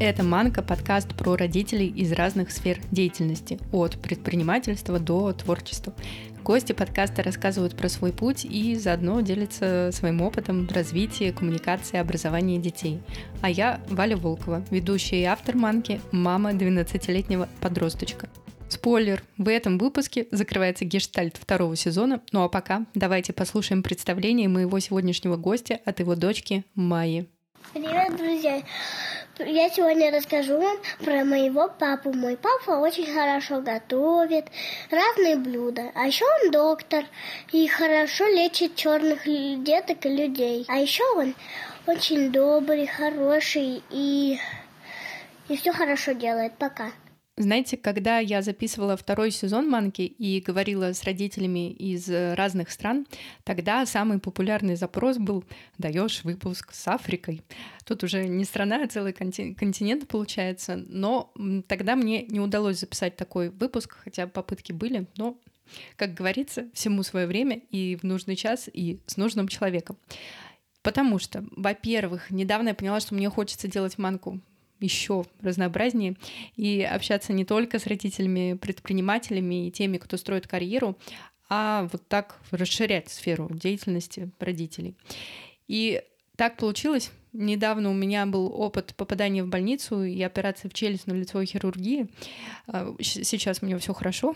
Это «Манка» — подкаст про родителей из разных сфер деятельности, от предпринимательства до творчества. Гости подкаста рассказывают про свой путь и заодно делятся своим опытом развития, коммуникации, образования детей. А я Валя Волкова, ведущая и автор «Манки», мама 12-летнего подросточка. Спойлер, в этом выпуске закрывается гештальт второго сезона, ну а пока давайте послушаем представление моего сегодняшнего гостя от его дочки Майи. Привет, друзья! Я сегодня расскажу вам про моего папу. Мой папа очень хорошо готовит разные блюда. А еще он доктор и хорошо лечит черных деток и людей. А еще он очень добрый, хороший и все хорошо делает. Пока. Знаете, когда я записывала второй сезон «Манки» и говорила с родителями из разных стран, тогда самый популярный запрос был «даешь выпуск с Африкой». Тут уже не страна, а целый континент получается, но тогда мне не удалось записать такой выпуск, хотя попытки были, но, как говорится, всему свое время и в нужный час, и с нужным человеком. Потому что, во-первых, недавно я поняла, что мне хочется делать «Манку» еще разнообразнее и общаться не только с родителями-предпринимателями и теми, кто строит карьеру, а вот так расширять сферу деятельности родителей. И так получилось. Недавно у меня был опыт попадания в больницу и операции в челюстно-лицевой хирургии. Сейчас у меня все хорошо.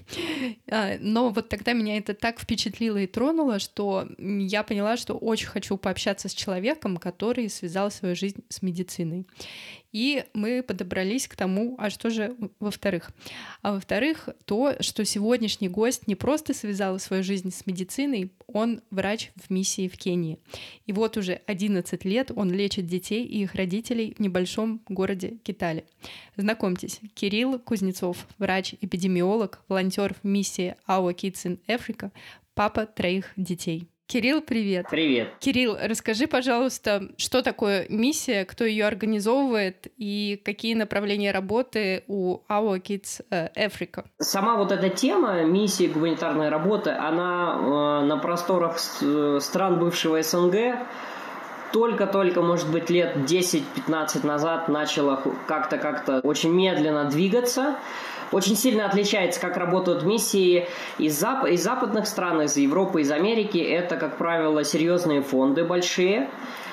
Но вот тогда меня это так впечатлило и тронуло, что я поняла, что очень хочу пообщаться с человеком, который связал свою жизнь с медициной. И мы подобрались к тому, а что же во-вторых? А во-вторых, то, что сегодняшний гость не просто связал свою жизнь с медициной, он врач в миссии в Кении. И вот уже 11 лет он лечит детей и их родителей в небольшом городе Китале. Знакомьтесь, Кирилл Кузнецов, врач-эпидемиолог, волонтер в миссии Our Kids in Africa, папа 3 детей. Кирилл, привет. Привет. Кирилл, расскажи, пожалуйста, что такое миссия, кто ее организовывает и какие направления работы у Our Kids Africa? Сама вот эта тема миссии гуманитарной работы, она на просторах стран бывшего СНГ только, может быть, лет 10-15 назад начала как-то очень медленно двигаться. Очень сильно отличается, как работают миссии из западных стран, из Европы, из Америки. Это, как правило, серьезные фонды большие,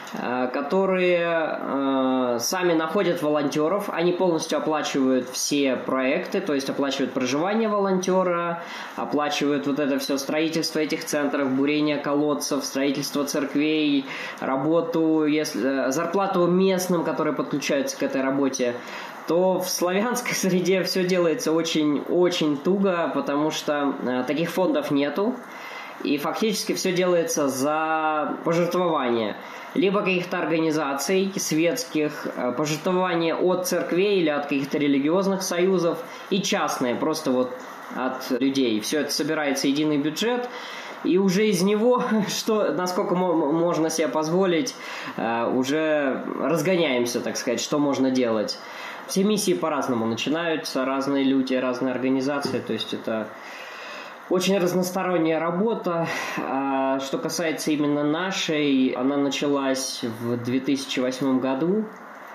которые сами находят волонтеров. Они полностью оплачивают все проекты, то есть оплачивают проживание волонтера, оплачивают вот это все строительство этих центров, бурение колодцев, строительство церквей, работу, зарплату местным, которые подключаются к этой работе. То в славянской среде все делается очень-очень туго, потому что таких фондов нету, и фактически все делается за пожертвования. Либо каких-то организаций светских, пожертвования от церквей или от каких-то религиозных союзов, и частные, просто вот от людей. Все это собирается единый бюджет, и уже из него, насколько можно себе позволить, уже разгоняемся, так сказать, что можно делать. Все миссии по-разному начинаются, разные люди, разные организации, то есть это очень разносторонняя работа. Что касается именно нашей, она началась в 2008 году.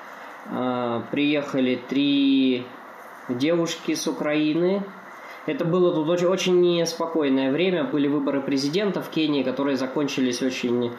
Приехали 3 девушки с Украины. Это было тут очень неспокойное время. Были выборы президента в Кении, которые закончились очень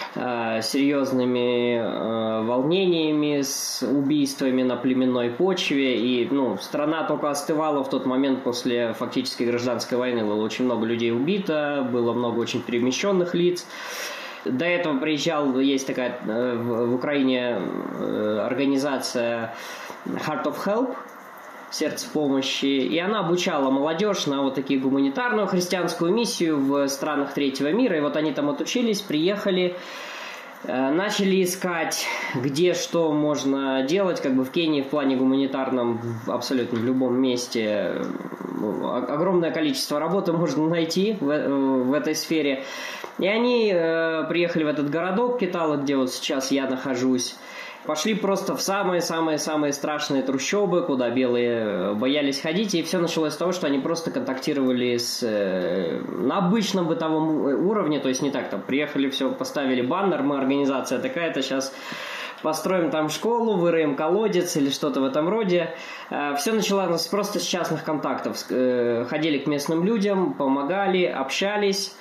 серьезными волнениями, с убийствами на племенной почве. И страна только остывала в тот момент после фактически гражданской войны. Было очень много людей убито, было много очень перемещенных лиц. До этого есть такая в Украине организация Heart of Help, сердце помощи, и она обучала молодежь на вот такие гуманитарную христианскую миссию в странах третьего мира, и вот они там отучились, приехали, начали искать, где что можно делать, как бы в Кении в плане гуманитарном, абсолютно в любом месте огромное количество работы можно найти в этой сфере, и они приехали в этот городок Китала, где вот сейчас я нахожусь. Пошли просто в самые-самые-самые страшные трущобы, куда белые боялись ходить, и все началось с того, что они просто контактировали на обычном бытовом уровне, то есть не так, там, приехали, все, поставили баннер, мы организация такая-то, сейчас построим там школу, выроем колодец или что-то в этом роде. Все началось просто с частных контактов. Ходили к местным людям, помогали, общались.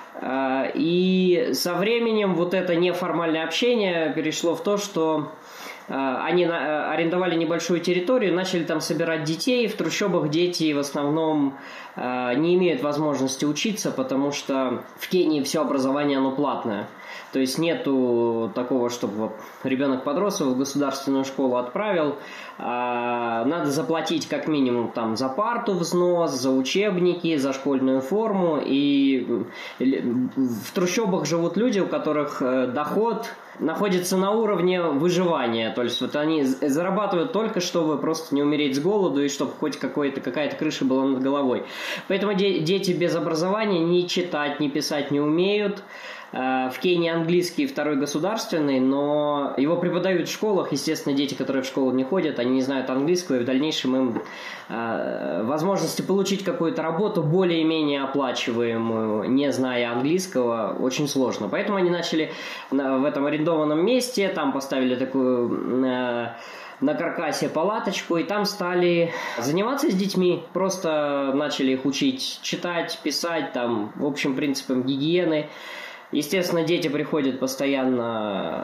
И со временем вот это неформальное общение перешло в то, что они арендовали небольшую территорию, начали там собирать детей. В трущобах дети в основном не имеют возможности учиться, потому что в Кении все образование, оно платное. То есть нету такого, чтобы ребенок подрос, его в государственную школу отправил. Надо заплатить как минимум там за парту взнос, за учебники, за школьную форму. И в трущобах живут люди, у которых доход находится на уровне выживания. То есть вот они зарабатывают только, чтобы просто не умереть с голоду и чтобы хоть какая-то крыша была над головой. Поэтому дети без образования ни читать, ни писать не умеют. В Кении английский второй государственный, но его преподают в школах. Естественно, дети, которые в школу не ходят, они не знают английского, и в дальнейшем им возможности получить какую-то работу более-менее оплачиваемую, не зная английского, очень сложно. Поэтому они начали в этом арендованном месте, там поставили такую на каркасе палаточку, и там стали заниматься с детьми. Просто начали их учить читать, писать, там, в общем, принципам гигиены. Естественно, дети приходят постоянно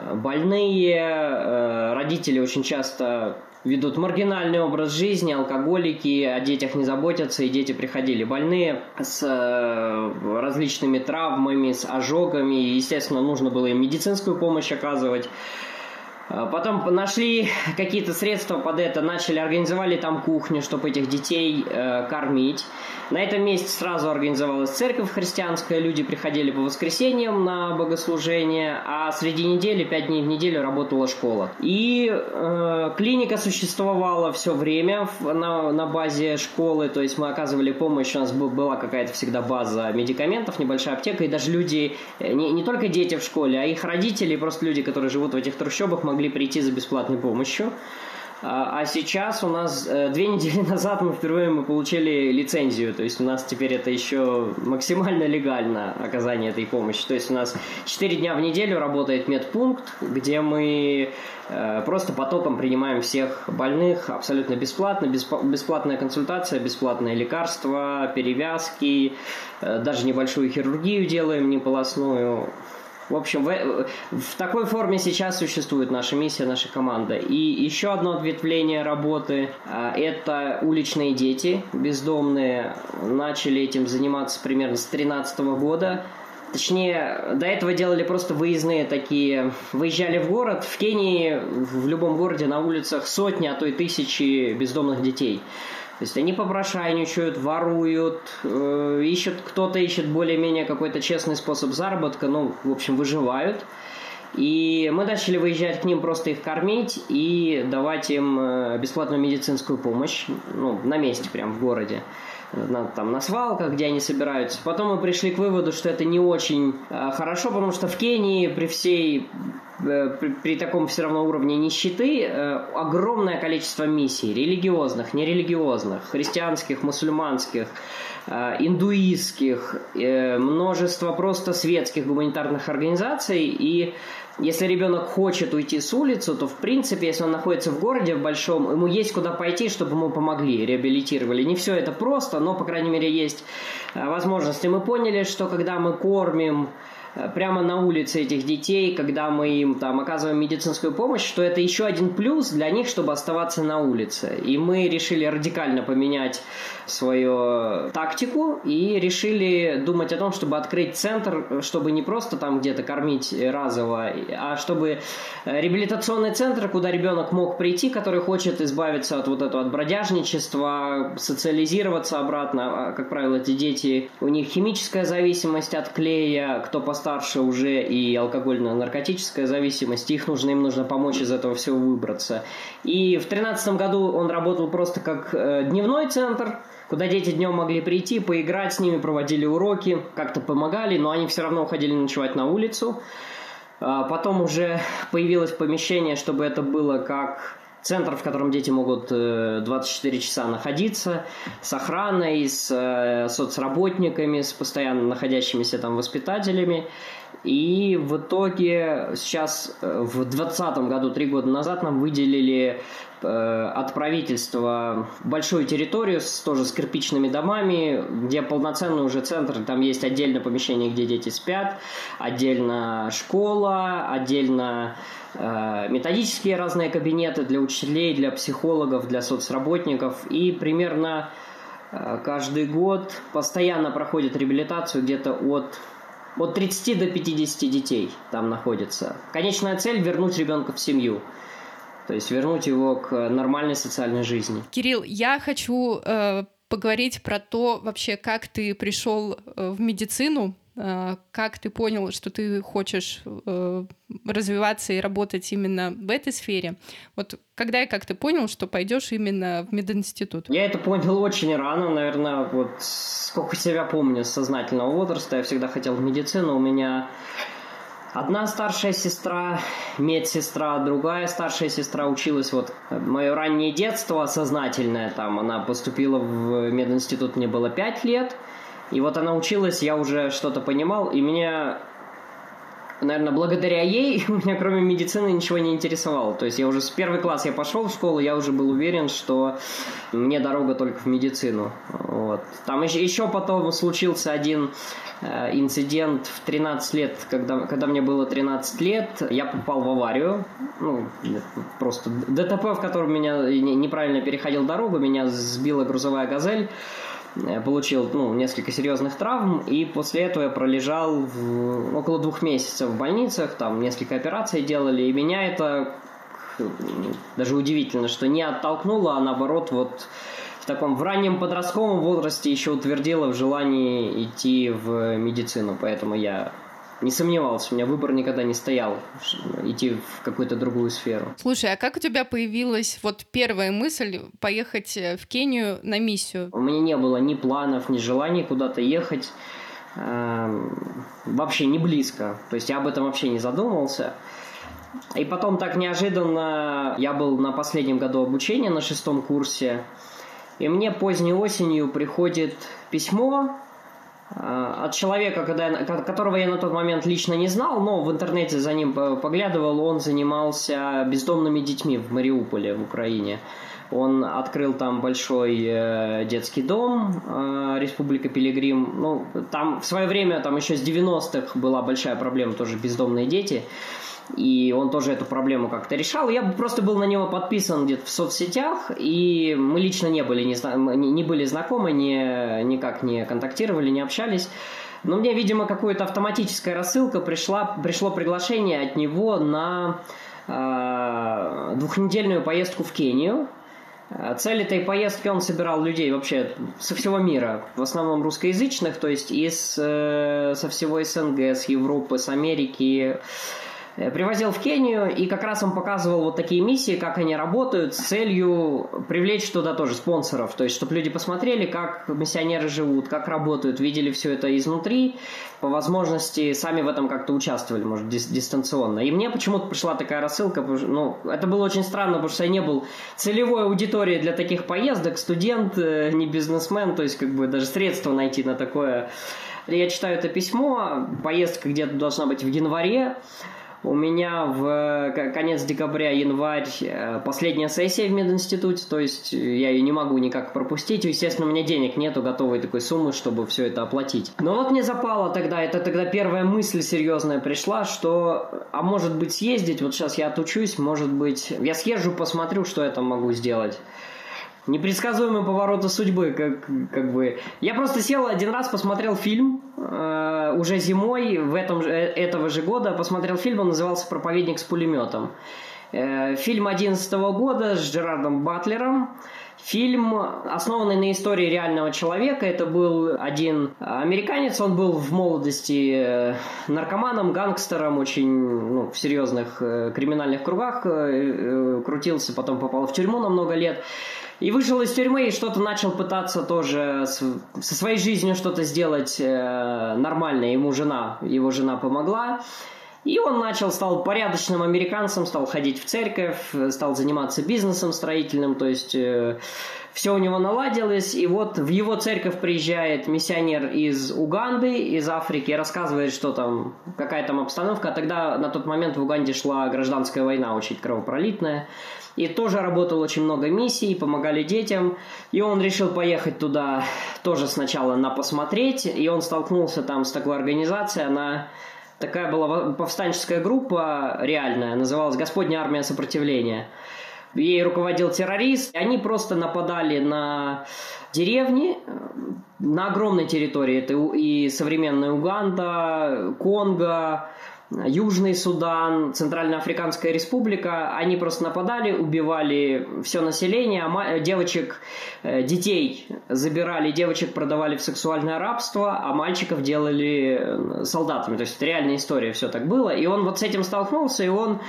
больные, родители очень часто ведут маргинальный образ жизни, алкоголики, о детях не заботятся, и дети приходили больные с различными травмами, с ожогами, и, естественно, нужно было им медицинскую помощь оказывать. Потом нашли какие-то средства под это, организовали там кухню, чтобы этих детей кормить. На этом месте сразу организовалась церковь христианская, люди приходили по воскресеньям на богослужение, а среди недели, 5 дней в неделю работала школа. И клиника существовала все время на базе школы, то есть мы оказывали помощь, у нас была какая-то всегда база медикаментов, небольшая аптека, и даже люди, не только дети в школе, а их родители, просто люди, которые живут в этих трущобах, могли прийти за бесплатной помощью. А сейчас у нас 2 недели назад мы впервые получили лицензию, то есть у нас теперь это еще максимально легально оказание этой помощи. То есть у нас 4 дня в неделю работает медпункт, где мы просто потоком принимаем всех больных абсолютно бесплатно, бесплатная консультация, бесплатные лекарства, перевязки, даже небольшую хирургию делаем, неполосную. В общем, в такой форме сейчас существует наша миссия, наша команда. И еще одно ответвление работы – это уличные дети, бездомные. Начали этим заниматься примерно с 2013 года. Точнее, до этого делали просто выездные такие. Выезжали в город. В Кении, в любом городе на улицах сотни, а то и тысячи бездомных детей. То есть они попрошайничают, воруют, кто-то ищет более-менее какой-то честный способ заработка, в общем, выживают. И мы начали выезжать к ним, просто их кормить и давать им бесплатную медицинскую помощь, на месте прям в городе. На свалках, где они собираются. Потом мы пришли к выводу, что это не очень хорошо, потому что в Кении при таком все равно уровне нищеты огромное количество миссий, религиозных, нерелигиозных, христианских, мусульманских, индуистских, множество просто светских гуманитарных организаций. И если ребенок хочет уйти с улицы, то, в принципе, если он находится в городе в большом, ему есть куда пойти, чтобы ему помогли, реабилитировали. Не все это просто, но, по крайней мере, есть возможности. Мы поняли, что когда мы кормим прямо на улице этих детей, когда мы им оказываем медицинскую помощь, что это еще один плюс для них, чтобы оставаться на улице. И мы решили радикально поменять свою тактику и решили думать о том, чтобы открыть центр, чтобы не просто там где-то кормить разово, а чтобы реабилитационный центр, куда ребенок мог прийти, который хочет избавиться от от бродяжничества, социализироваться обратно. Как правило, эти дети, у них химическая зависимость от клея, кто постарше уже, и алкогольно-наркотическая зависимость, им нужно помочь из этого всего выбраться. И в 2013 году он работал просто как дневной центр, куда дети днем могли прийти, поиграть с ними, проводили уроки, как-то помогали, но они все равно уходили ночевать на улицу. Потом уже появилось помещение, чтобы это было как центр, в котором дети могут 24 часа находиться, с охраной, с соцработниками, с постоянно находящимися там воспитателями. И в итоге сейчас в 2020 году, 3 года назад, нам выделили от правительства большую территорию тоже с кирпичными домами, где полноценный уже центр, там есть отдельное помещение, где дети спят, отдельно школа, отдельно методические разные кабинеты для учителей, для психологов, для соцработников. И примерно каждый год постоянно проходит реабилитацию где-то от 30 до 50 детей там находится. Конечная цель – вернуть ребенка в семью. То есть вернуть его к нормальной социальной жизни. Кирилл, я хочу поговорить про то, вообще, как ты пришел в медицину, как ты понял, что ты хочешь развиваться и работать именно в этой сфере. Вот когда и как ты понял, что пойдешь именно в мединститут? Я это понял очень рано, наверное, вот сколько себя помню с сознательного возраста. Я всегда хотел в медицину. У меня одна старшая сестра, медсестра, другая старшая сестра училась. Вот мое раннее детство сознательное там, она поступила в мединститут, мне было 5 лет. И вот она училась, я уже что-то понимал, и меня, наверное, благодаря ей, меня кроме медицины ничего не интересовало. То есть я уже с 1 класса я пошел в школу, я уже был уверен, что мне дорога только в медицину. Вот. Там еще потом случился один инцидент в 13 лет, когда мне было 13 лет, я попал в аварию, просто ДТП, в котором меня неправильно переходил дорогу, меня сбила грузовая «Газель». Получил несколько серьезных травм, и после этого я пролежал около 2 месяцев в больницах, там несколько операций делали, и меня это даже удивительно, что не оттолкнуло, а наоборот вот в раннем подростковом возрасте еще утвердило в желании идти в медицину, поэтому я не сомневался, у меня выбор никогда не стоял идти в какую-то другую сферу. Слушай, а как у тебя появилась вот первая мысль поехать в Кению на миссию? У меня не было ни планов, ни желаний куда-то ехать. Вообще не близко. То есть я об этом вообще не задумывался. И потом так неожиданно я был на последнем году обучения, на 6-м курсе. И мне поздней осенью приходит письмо от человека, которого я на тот момент лично не знал, но в интернете за ним поглядывал. Он занимался бездомными детьми в Мариуполе, в Украине. Он открыл там большой детский дом, Республика Пилигрим. Там в свое время, там еще с 90-х была большая проблема, тоже бездомные дети. И он тоже эту проблему как-то решал. Я просто был на него подписан где-то в соцсетях, и мы лично не были знакомы, никак не контактировали, не общались. Но мне, видимо, какая-то автоматическая рассылка пришло приглашение от него на 2-недельную поездку в Кению. Цель этой поездки, он собирал людей вообще со всего мира, в основном русскоязычных, то есть со всего СНГ, с Европы, с Америки. Привозил в Кению, и как раз он показывал вот такие миссии, как они работают, с целью привлечь туда тоже спонсоров. То есть, чтобы люди посмотрели, как миссионеры живут, как работают, видели все это изнутри, по возможности сами в этом как-то участвовали, может, дистанционно. И мне почему-то пришла такая рассылка, это было очень странно, потому что я не был целевой аудиторией для таких поездок, студент, не бизнесмен, то есть, даже средства найти на такое. Я читаю это письмо, поездка где-то должна быть в январе. У меня в конец декабря, январь последняя сессия в мединституте, то есть я ее не могу никак пропустить. Естественно, у меня денег нету готовой такой суммы, чтобы все это оплатить. Но вот мне запало тогда первая мысль серьезная пришла, что, а может быть съездить, вот сейчас я отучусь, может быть, я съезжу, посмотрю, что я там могу сделать. Непредсказуемые повороты судьбы, как бы. Я просто сел один раз, посмотрел фильм, уже зимой этого же года посмотрел фильм, он назывался «Проповедник с пулеметом». Фильм 2011 года с Джерардом Батлером. Фильм, основанный на истории реального человека. Это был один американец, он был в молодости наркоманом, гангстером, очень в серьезных криминальных кругах крутился, потом попал в тюрьму на много лет. И вышел из тюрьмы и что-то начал пытаться тоже со своей жизнью что-то сделать нормальное. Его жена помогла. И он стал порядочным американцем, стал ходить в церковь, стал заниматься бизнесом строительным, то есть все у него наладилось. И вот в его церковь приезжает миссионер из Уганды, из Африки, и рассказывает, что там, какая там обстановка. А тогда на тот момент в Уганде шла гражданская война, очень кровопролитная. И тоже работало очень много миссий, помогали детям. И он решил поехать туда тоже сначала на посмотреть. И он столкнулся там с такой организацией, она... Такая была повстанческая группа реальная, называлась «Господня армия сопротивления». Ей руководил террорист. Они просто нападали на деревни на огромной территории. Это и современная Уганда, Конго, Южный Судан, Центральноафриканская республика. Они просто нападали, убивали все население, девочек, детей забирали, девочек продавали в сексуальное рабство, а мальчиков делали солдатами. То есть это реальная история, все так было. И он вот с этим столкнулся, и он,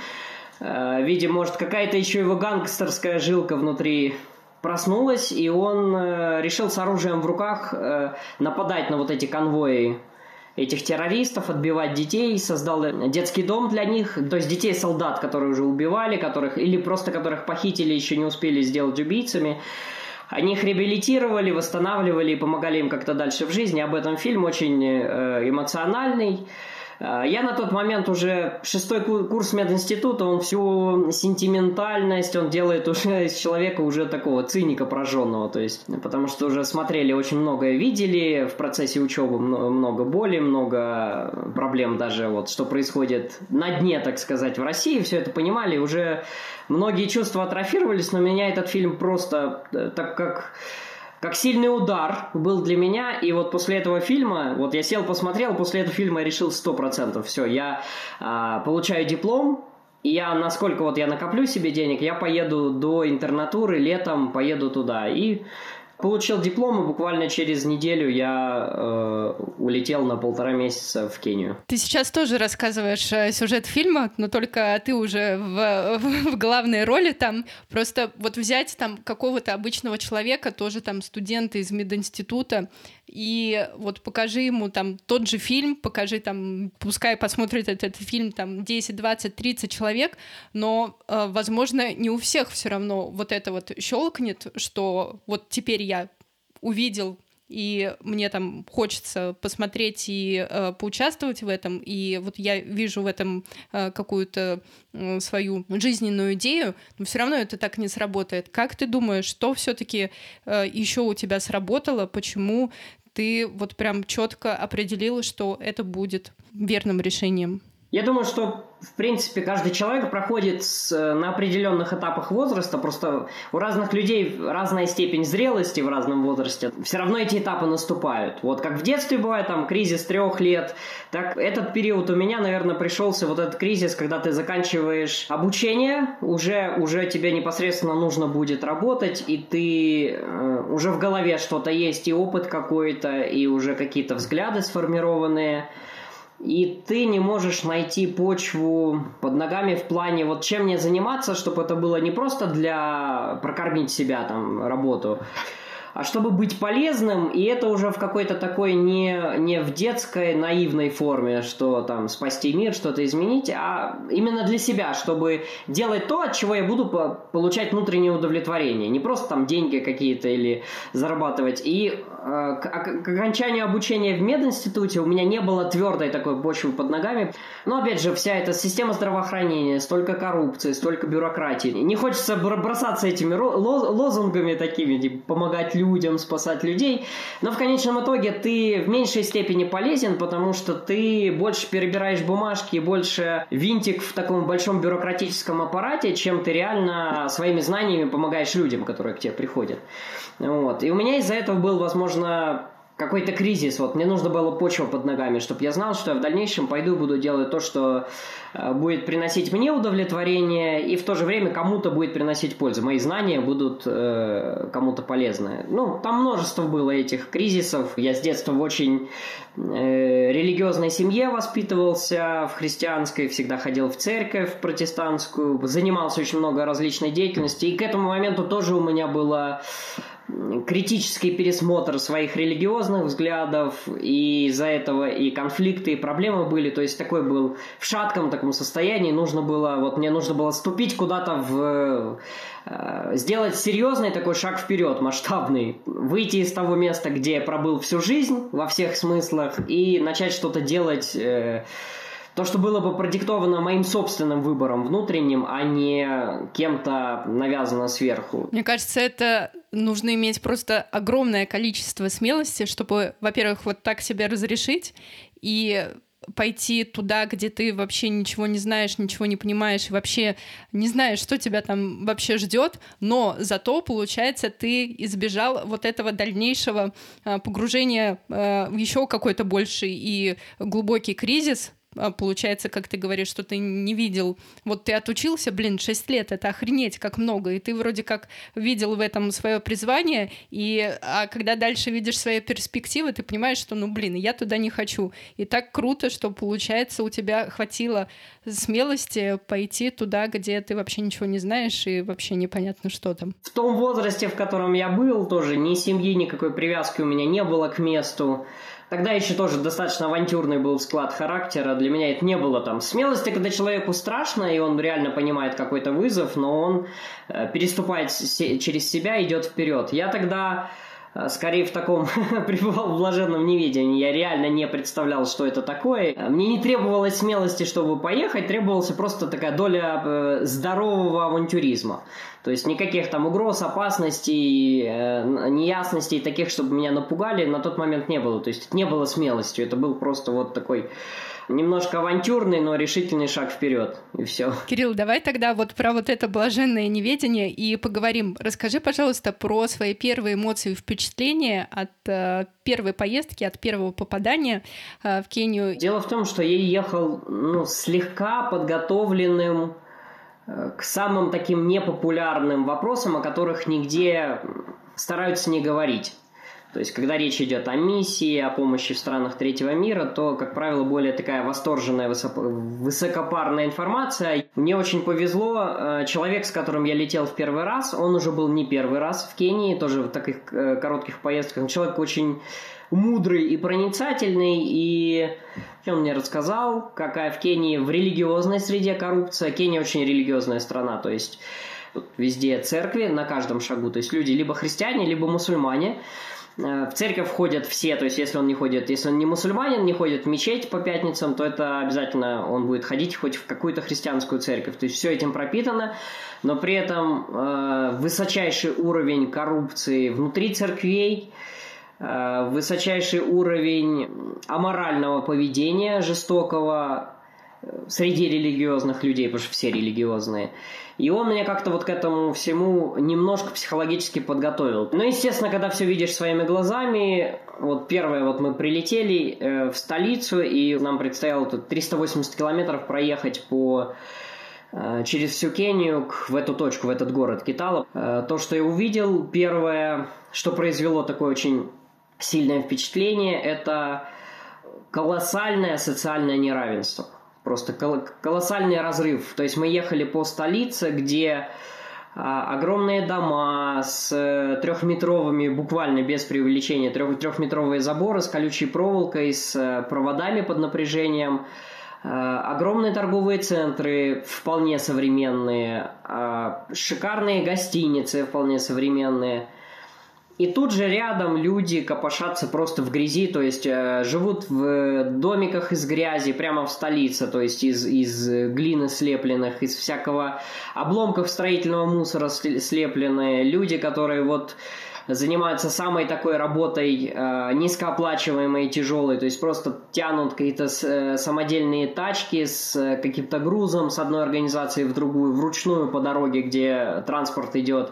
видимо, может, какая-то еще его гангстерская жилка внутри проснулась, и он решил с оружием в руках нападать на вот эти конвои этих террористов, отбивать детей, создал детский дом для них, то есть детей-солдат, которые уже убивали, или просто которых похитили, еще не успели сделать убийцами. Они их реабилитировали, восстанавливали и помогали им как-то дальше в жизни. Об этом фильм очень эмоциональный. Я на тот момент уже 6-й курс мединститута, он всю сентиментальность, он делает уже из человека уже такого циника прожженного, то есть, потому что уже смотрели очень многое, видели в процессе учебы, много боли, много проблем даже, вот, что происходит на дне, так сказать, в России, все это понимали, уже многие чувства атрофировались, но меня этот фильм просто, так как сильный удар был для меня, и вот после этого фильма, вот я сел, посмотрел, после этого фильма я решил 100%, все, я получаю диплом, и насколько вот я накоплю себе денег, я поеду до интернатуры, летом поеду туда, и получил диплом, и буквально через неделю я улетел на 1,5 месяца в Кению. Ты сейчас тоже рассказываешь сюжет фильма, но только ты уже в главной роли там. Просто вот взять там какого-то обычного человека, тоже там студента из мединститута, и вот покажи ему там тот же фильм, покажи там, пускай посмотрит этот фильм там 10, 20, 30 человек, но, возможно, не у всех все равно вот это вот щелкнет, что вот теперь я увидел, и мне там хочется посмотреть и поучаствовать в этом, и вот я вижу в этом какую-то свою жизненную идею, но все равно это так не сработает. Как ты думаешь, что все-таки еще у тебя сработало, почему ты вот прям четко определила, что это будет верным решением? Я думаю, что, в принципе, каждый человек проходит на определенных этапах возраста, просто у разных людей разная степень зрелости в разном возрасте. Все равно эти этапы наступают. Вот как в детстве бывает, там, кризис 3 лет, так этот период у меня, наверное, пришелся, вот этот кризис, когда ты заканчиваешь обучение, уже тебе непосредственно нужно будет работать, и ты уже в голове что-то есть, и опыт какой-то, и уже какие-то взгляды сформированные. И ты не можешь найти почву под ногами в плане, вот чем мне заниматься, чтобы это было не просто для прокормить себя, там, работу, а чтобы быть полезным, и это уже в какой-то такой не в детской наивной форме, что там спасти мир, что-то изменить, а именно для себя, чтобы делать то, от чего я буду получать внутреннее удовлетворение. Не просто там деньги какие-то или зарабатывать. И к окончанию обучения в мединституте у меня не было твердой такой почвы под ногами. Но опять же, вся эта система здравоохранения, столько коррупции, столько бюрократии. Не хочется бросаться этими лозунгами такими, типа помогать людям, спасать людей. Но в конечном итоге ты в меньшей степени полезен, потому что ты больше перебираешь бумажки, больше винтик в таком большом бюрократическом аппарате, чем ты реально своими знаниями помогаешь людям, которые к тебе приходят. Вот. И у меня из-за этого был, возможно, какой-то кризис. Вот мне нужно было почва под ногами, чтобы я знал, что я в дальнейшем пойду и буду делать то, что будет приносить мне удовлетворение, и в то же время кому-то будет приносить пользу. Мои знания будут кому-то полезны. Ну, там множество было этих кризисов. Я с детства в очень религиозной семье воспитывался, в христианской, всегда ходил в церковь протестантскую, занимался очень много различной деятельности, и к этому моменту тоже у меня было критический пересмотр своих религиозных взглядов, и из-за этого и конфликты, и проблемы были. То есть такой был в шатком таком состоянии. Мне нужно было ступить куда-то сделать серьезный такой шаг вперед, масштабный, выйти из того места, где я пробыл всю жизнь во всех смыслах, и начать что-то делать, то, что было бы продиктовано моим собственным выбором внутренним, а не кем-то навязано сверху. Мне кажется, это нужно иметь просто огромное количество смелости, чтобы, во-первых, вот так себе разрешить и пойти туда, где ты вообще ничего не знаешь, ничего не понимаешь, и вообще не знаешь, что тебя там вообще ждет, но зато, получается, ты избежал вот этого дальнейшего погружения в еще какой-то больший и глубокий кризис. Получается, как ты говоришь, что ты не видел. Вот ты отучился, 6 лет, это охренеть как много, и ты вроде как видел в этом свое призвание, а когда дальше видишь свои перспективы, ты понимаешь, что, я туда не хочу. И так круто, что, получается, у тебя хватило смелости пойти туда, где ты вообще ничего не знаешь, и вообще непонятно, что там. В том возрасте, в котором я был, тоже ни семьи, никакой привязки у меня не было к месту. Тогда еще тоже достаточно авантюрный был склад характера. Для меня это не было там смелости, когда человеку страшно, и он реально понимает какой-то вызов, но он переступает через себя и идет вперед. Я тогда скорее в таком пребывал в блаженном неведении. Я реально не представлял, что это такое. Мне не требовалось смелости, чтобы поехать, требовалась просто такая доля здорового авантюризма. То есть никаких там угроз, опасностей, неясностей таких, чтобы меня напугали, на тот момент не было. То есть это не было смелостью, это был просто вот такой немножко авантюрный, но решительный шаг вперед, и все. Кирилл, давай тогда вот про вот это блаженное неведение и поговорим. Расскажи, пожалуйста, про свои первые эмоции и впечатления от первой поездки, от первого попадания в Кению. Дело в том, что я ехал слегка подготовленным к самым таким непопулярным вопросам, о которых нигде стараются не говорить. То есть, когда речь идет о миссии, о помощи в странах третьего мира, то, как правило, более такая восторженная, высокопарная информация. Мне очень повезло. Человек, с которым я летел в первый раз, он уже был не первый раз в Кении, тоже в таких коротких поездках. Человек очень мудрый и проницательный, и он мне рассказал, какая в Кении в религиозной среде коррупция. Кения очень религиозная страна, то есть везде церкви на каждом шагу. То есть люди либо христиане, либо мусульмане. В церковь ходят все, то есть если он не мусульманин, не ходит в мечеть по пятницам, то это обязательно он будет ходить хоть в какую-то христианскую церковь. То есть все этим пропитано, но при этом высочайший уровень коррупции внутри церквей, высочайший уровень аморального поведения, жестокого среди религиозных людей, потому что все религиозные. И он меня как-то вот к этому всему немножко психологически подготовил. Ну, естественно, когда все видишь своими глазами, вот первое, вот мы прилетели в столицу, и нам предстояло тут 380 километров проехать через всю Кению в эту точку, в этот город Китало. То, что я увидел, первое, что произвело такое очень сильное впечатление, это колоссальное социальное неравенство. Просто колоссальный разрыв. То есть мы ехали по столице, где огромные дома с 3-метровыми, буквально без преувеличения, 3-метровые заборы с колючей проволокой, с проводами под напряжением, огромные торговые центры вполне современные, шикарные гостиницы вполне современные. И тут же рядом люди копошатся просто в грязи, то есть живут в домиках из грязи прямо в столице, то есть из глины слепленных, из всякого обломков строительного мусора слепленные. Люди, которые вот занимаются самой такой работой низкооплачиваемой и тяжелой, то есть просто тянут какие-то самодельные тачки с каким-то грузом с одной организации в другую, вручную по дороге, где транспорт идет.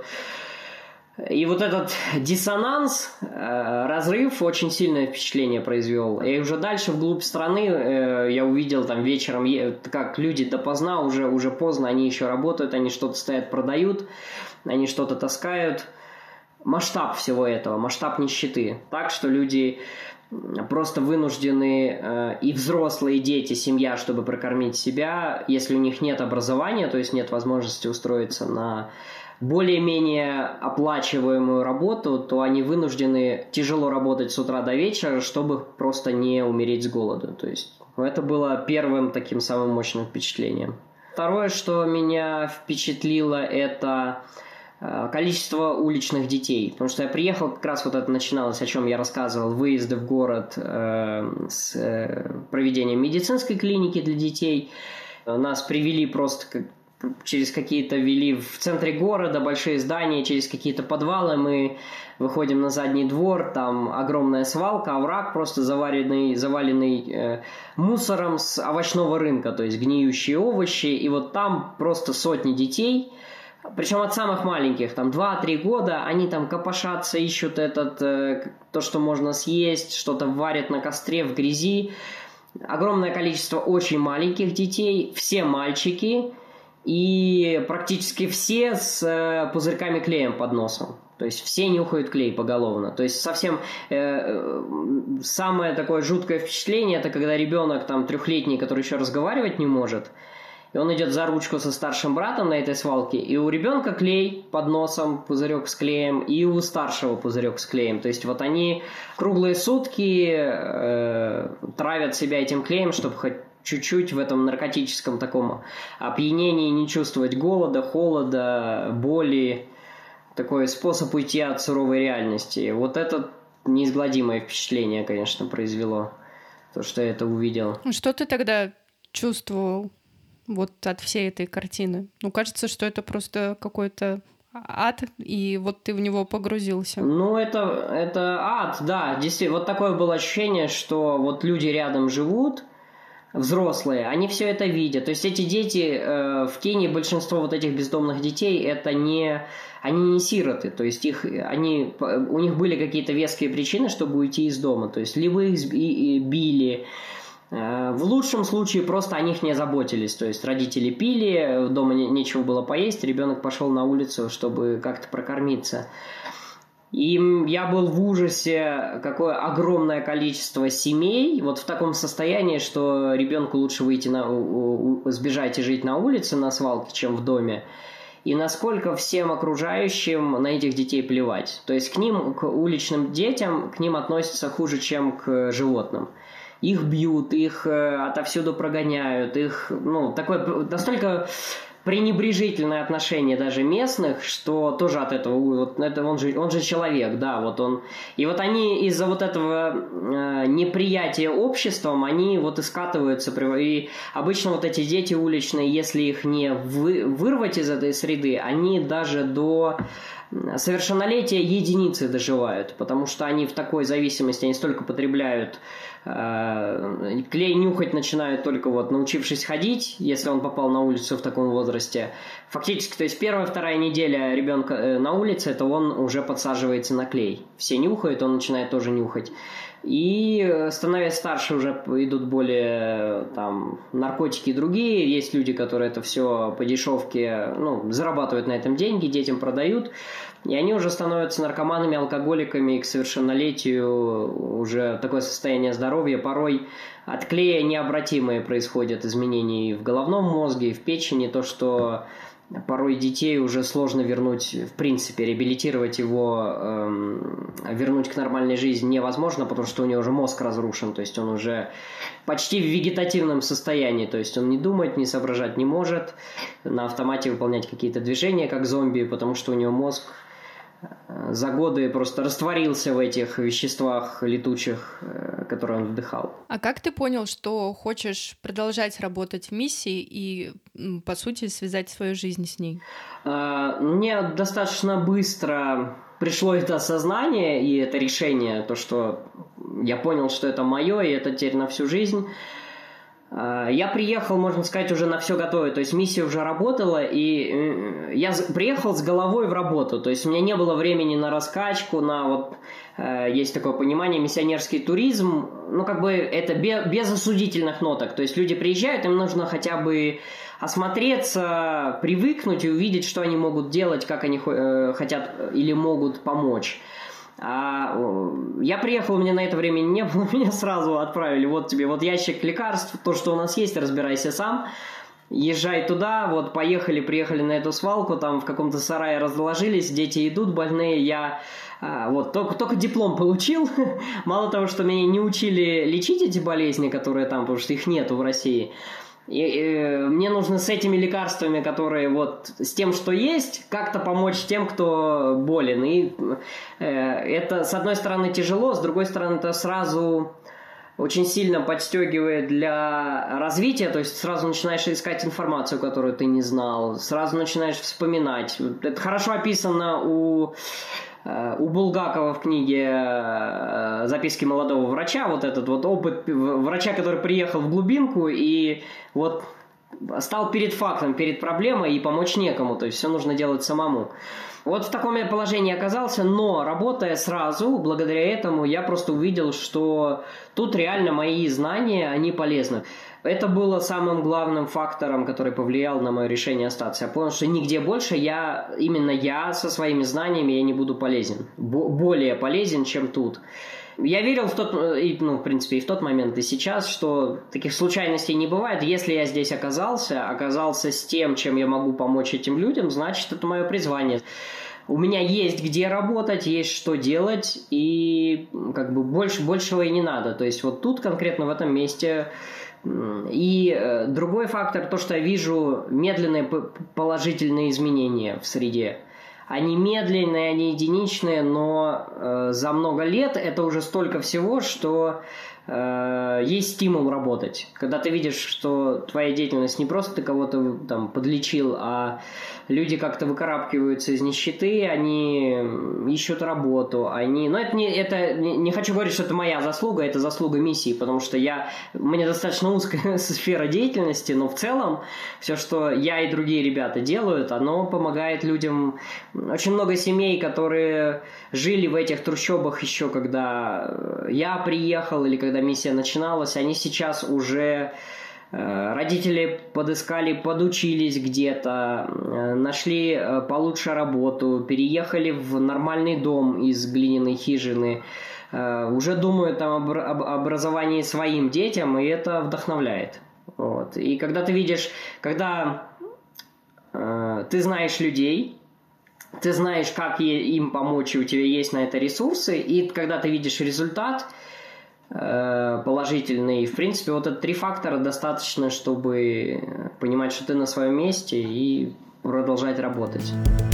И вот этот диссонанс, разрыв очень сильное впечатление произвел. И уже дальше вглубь страны я увидел там вечером, как люди допоздна, уже поздно, они еще работают, они что-то стоят, продают, они что-то таскают. Масштаб всего этого, масштаб нищеты. Так что люди просто вынуждены, и взрослые, и дети, семья, чтобы прокормить себя, если у них нет образования, то есть нет возможности устроиться на более-менее оплачиваемую работу, то они вынуждены тяжело работать с утра до вечера, чтобы просто не умереть с голоду. То есть это было первым таким самым мощным впечатлением. Второе, что меня впечатлило, это количество уличных детей. Потому что я приехал, как раз вот это начиналось, о чем я рассказывал, выезды в город с проведением медицинской клиники для детей. Нас привели просто через какие-то вели в центре города, большие здания, через какие-то подвалы. Мы выходим на задний двор, там огромная свалка, овраг просто заваленный мусором с овощного рынка, то есть гниющие овощи. И вот там просто сотни детей, причем от самых маленьких, там 2-3 года, они там копошатся, ищут то, что можно съесть, что-то варят на костре в грязи. Огромное количество очень маленьких детей, все мальчики, и практически все с пузырьками клеем под носом. То есть все нюхают клей поголовно. То есть совсем самое такое жуткое впечатление, это когда ребенок там 3-летний, который еще разговаривать не может, и он идет за ручку со старшим братом на этой свалке, и у ребенка клей под носом, пузырек с клеем, и у старшего пузырек с клеем. То есть вот они круглые сутки травят себя этим клеем, чтобы хоть чуть-чуть в этом наркотическом таком опьянении не чувствовать голода, холода, боли. Такой способ уйти от суровой реальности. Вот это неизгладимое впечатление, конечно, произвело, то, что я это увидел. Что ты тогда чувствовал вот от всей этой картины? Ну, кажется, что это просто какой-то ад, и вот ты в него погрузился. Ну, это ад, да. Действительно, вот такое было ощущение, что вот люди рядом живут, взрослые, они все это видят. То есть эти дети, в Кении большинство вот этих бездомных детей, они не сироты. То есть у них были какие-то веские причины, чтобы уйти из дома. То есть либо их били, в лучшем случае просто о них не заботились. То есть родители пили, дома нечего было поесть, ребенок пошел на улицу, чтобы как-то прокормиться. И я был в ужасе, какое огромное количество семей вот в таком состоянии, что ребенку лучше сбежать и жить на улице, на свалке, чем в доме. И насколько всем окружающим на этих детей плевать. То есть к уличным детям, к ним относятся хуже, чем к животным. Их бьют, их отовсюду прогоняют, такое настолько пренебрежительное отношение даже местных, что тоже от этого, он же человек, да, вот он. И вот они из-за вот этого неприятия обществом, они вот и скатываются. И обычно вот эти дети уличные, если их не вырвать из этой среды, они даже до совершеннолетия единицы доживают, потому что они в такой зависимости, они столько потребляют, клей нюхать начинают только вот научившись ходить, если он попал на улицу в таком возрасте. Фактически, то есть 1-2 неделя ребенка на улице, это он уже подсаживается на клей. Все нюхают, он начинает тоже нюхать. И становясь старше, уже идут более наркотики и другие. Есть люди, которые это все по дешевке, зарабатывают на этом деньги, детям продают. И они уже становятся наркоманами, алкоголиками, и к совершеннолетию уже такое состояние здоровья. Порой от клея необратимые происходят изменения и в головном мозге, и в печени. То, что порой детей уже сложно вернуть, в принципе, реабилитировать его, вернуть к нормальной жизни невозможно, потому что у него уже мозг разрушен, то есть он уже почти в вегетативном состоянии, то есть он не думать, не соображать не может, на автомате выполнять какие-то движения, как зомби, потому что у него мозг за годы просто растворился в этих веществах летучих, которые он вдыхал. А как ты понял, что хочешь продолжать работать в миссии и, по сути, связать свою жизнь с ней? Мне достаточно быстро пришло это осознание и это решение, то, что я понял, что это мое, и это теперь на всю жизнь. Я приехал, можно сказать, уже на все готовое, то есть миссия уже работала, и я приехал с головой в работу, то есть у меня не было времени на раскачку, есть такое понимание, миссионерский туризм, это без осудительных ноток, то есть люди приезжают, им нужно хотя бы осмотреться, привыкнуть и увидеть, что они могут делать, как они хотят или могут помочь. Я приехал, у меня на это времени не было, меня сразу отправили, вот тебе вот ящик лекарств, то, что у нас есть, разбирайся сам. езжай туда, вот приехали на эту свалку, там в каком-то сарае разложились, дети идут больные, я вот только диплом получил. Мало того, что меня не учили лечить эти болезни, которые там, потому что их нету в России, и мне нужно с этими лекарствами, которые вот с тем, что есть, как-то помочь тем, кто болен. И это, с одной стороны, тяжело, с другой стороны, это сразу очень сильно подстегивает для развития, то есть сразу начинаешь искать информацию, которую ты не знал, сразу начинаешь вспоминать. Это хорошо описано у Булгакова в книге «Записки молодого врача», вот этот вот опыт врача, который приехал в глубинку и вот стал перед фактом, перед проблемой, и помочь некому, то есть все нужно делать самому. Вот в таком я положении оказался, но работая сразу, благодаря этому я просто увидел, что тут реально мои знания, они полезны. Это было самым главным фактором, который повлиял на мое решение остаться. Я понял, что нигде больше именно я со своими знаниями я не буду полезен. Более полезен, чем тут. Я верил в принципе, и в тот момент, и сейчас, что таких случайностей не бывает. Если я здесь оказался с тем, чем я могу помочь этим людям, значит, это мое призвание. У меня есть где работать, есть что делать, и как бы большего и не надо. То есть вот тут конкретно в этом месте. И другой фактор, то, что я вижу медленные положительные изменения в среде. Они медленные, они единичные, но за много лет это уже столько всего, что есть стимул работать. Когда ты видишь, что твоя деятельность не просто ты кого-то там подлечил, а люди как-то выкарабкиваются из нищеты, они ищут работу, не хочу говорить, что это моя заслуга, это заслуга миссии, потому что у меня достаточно узкая сфера деятельности, но в целом все, что я и другие ребята делают, оно помогает людям. Очень много семей, которые жили в этих трущобах еще когда я приехал или когда миссия начиналась, они сейчас уже родители подыскали, подучились где-то, нашли получше работу, переехали в нормальный дом из глиняной хижины, уже думают об образовании своим детям, и это вдохновляет. Вот. И когда ты видишь, когда ты знаешь людей, ты знаешь, как им помочь, и у тебя есть на это ресурсы, и когда ты видишь результат положительный, в принципе, вот это 3 фактора достаточно, чтобы понимать, что ты на своем месте и продолжать работать.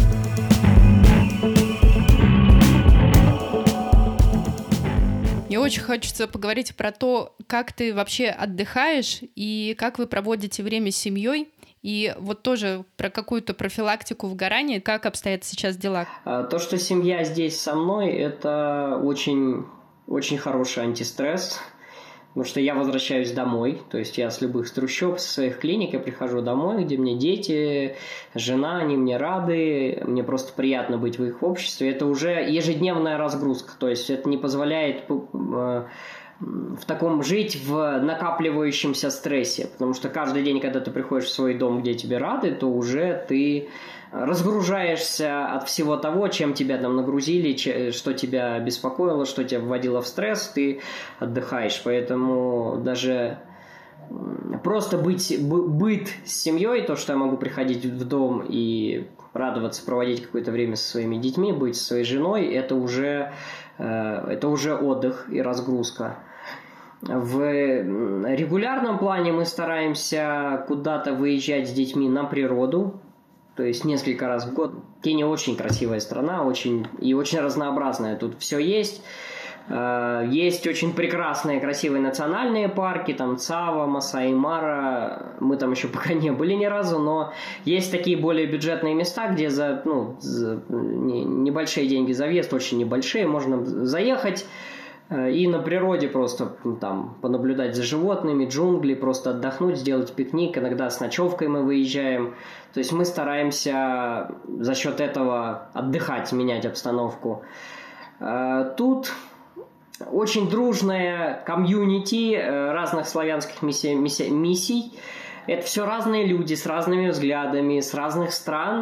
Мне очень хочется поговорить про то, как ты вообще отдыхаешь и как вы проводите время с семьей. И вот тоже про какую-то профилактику выгорания, как обстоят сейчас дела? То, что семья здесь со мной, это очень, очень хороший антистресс, потому что я возвращаюсь домой, то есть я с любых трущоб, со своих клиник, я прихожу домой, где мне дети, жена, они мне рады, мне просто приятно быть в их обществе. Это уже ежедневная разгрузка, то есть это не позволяет в таком жить в накапливающемся стрессе, потому что каждый день, когда ты приходишь в свой дом, где тебе рады, то уже ты разгружаешься от всего того, чем тебя там нагрузили, что тебя беспокоило, что тебя вводило в стресс, ты отдыхаешь. Поэтому даже просто быт с семьей, то, что я могу приходить в дом и радоваться, проводить какое-то время со своими детьми, быть со своей женой, это уже отдых и разгрузка. В регулярном плане мы стараемся куда-то выезжать с детьми на природу, то есть несколько раз в год. Кения очень красивая страна, очень разнообразная. Тут все есть. Есть очень прекрасные, красивые национальные парки, там Цава, Масаи Мара. Мы там еще пока не были ни разу, но есть такие более бюджетные места, где за небольшие деньги за въезд, очень небольшие, можно заехать и на природе просто там понаблюдать за животными, джунгли, просто отдохнуть, сделать пикник. Иногда с ночевкой мы выезжаем. То есть мы стараемся за счет этого отдыхать, менять обстановку. Тут очень дружная комьюнити разных славянских миссий. Это все разные люди с разными взглядами, с разных стран.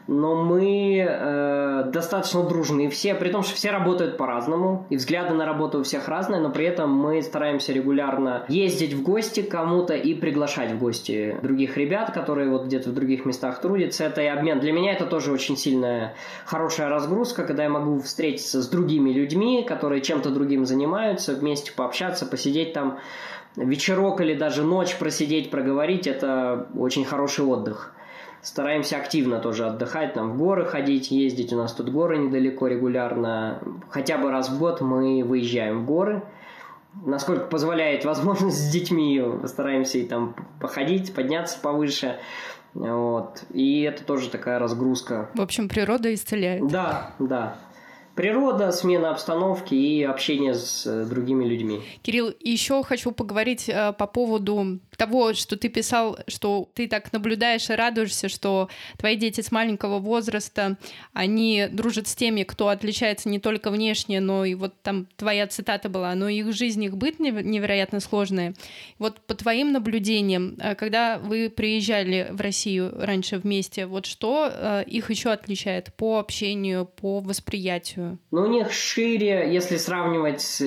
но мы достаточно дружны все, при том, что все работают по-разному, и взгляды на работу у всех разные, но при этом мы стараемся регулярно ездить в гости к кому-то и приглашать в гости других ребят, которые вот где-то в других местах трудятся. Это и обмен. Для меня это тоже очень сильная, хорошая разгрузка, когда я могу встретиться с другими людьми, которые чем-то другим занимаются, вместе пообщаться, посидеть там вечерок или даже ночь просидеть, проговорить. Это очень хороший отдых. Стараемся активно тоже отдыхать, там в горы ходить, ездить. У нас тут горы недалеко регулярно. Хотя бы раз в год мы выезжаем в горы. Насколько позволяет возможность с детьми, стараемся и там походить, подняться повыше. Вот. И это тоже такая разгрузка. В общем, природа исцеляет. Да, да. Природа, смена обстановки и общение с другими людьми. Кирилл, еще хочу поговорить по поводу того, что ты писал, что ты так наблюдаешь и радуешься, что твои дети с маленького возраста, они дружат с теми, кто отличается не только внешне, но и вот там твоя цитата была, но их жизнь, их быт невероятно сложная. Вот по твоим наблюдениям, когда вы приезжали в Россию раньше вместе, вот что их еще отличает по общению, по восприятию? Ну, у них шире, если сравнивать с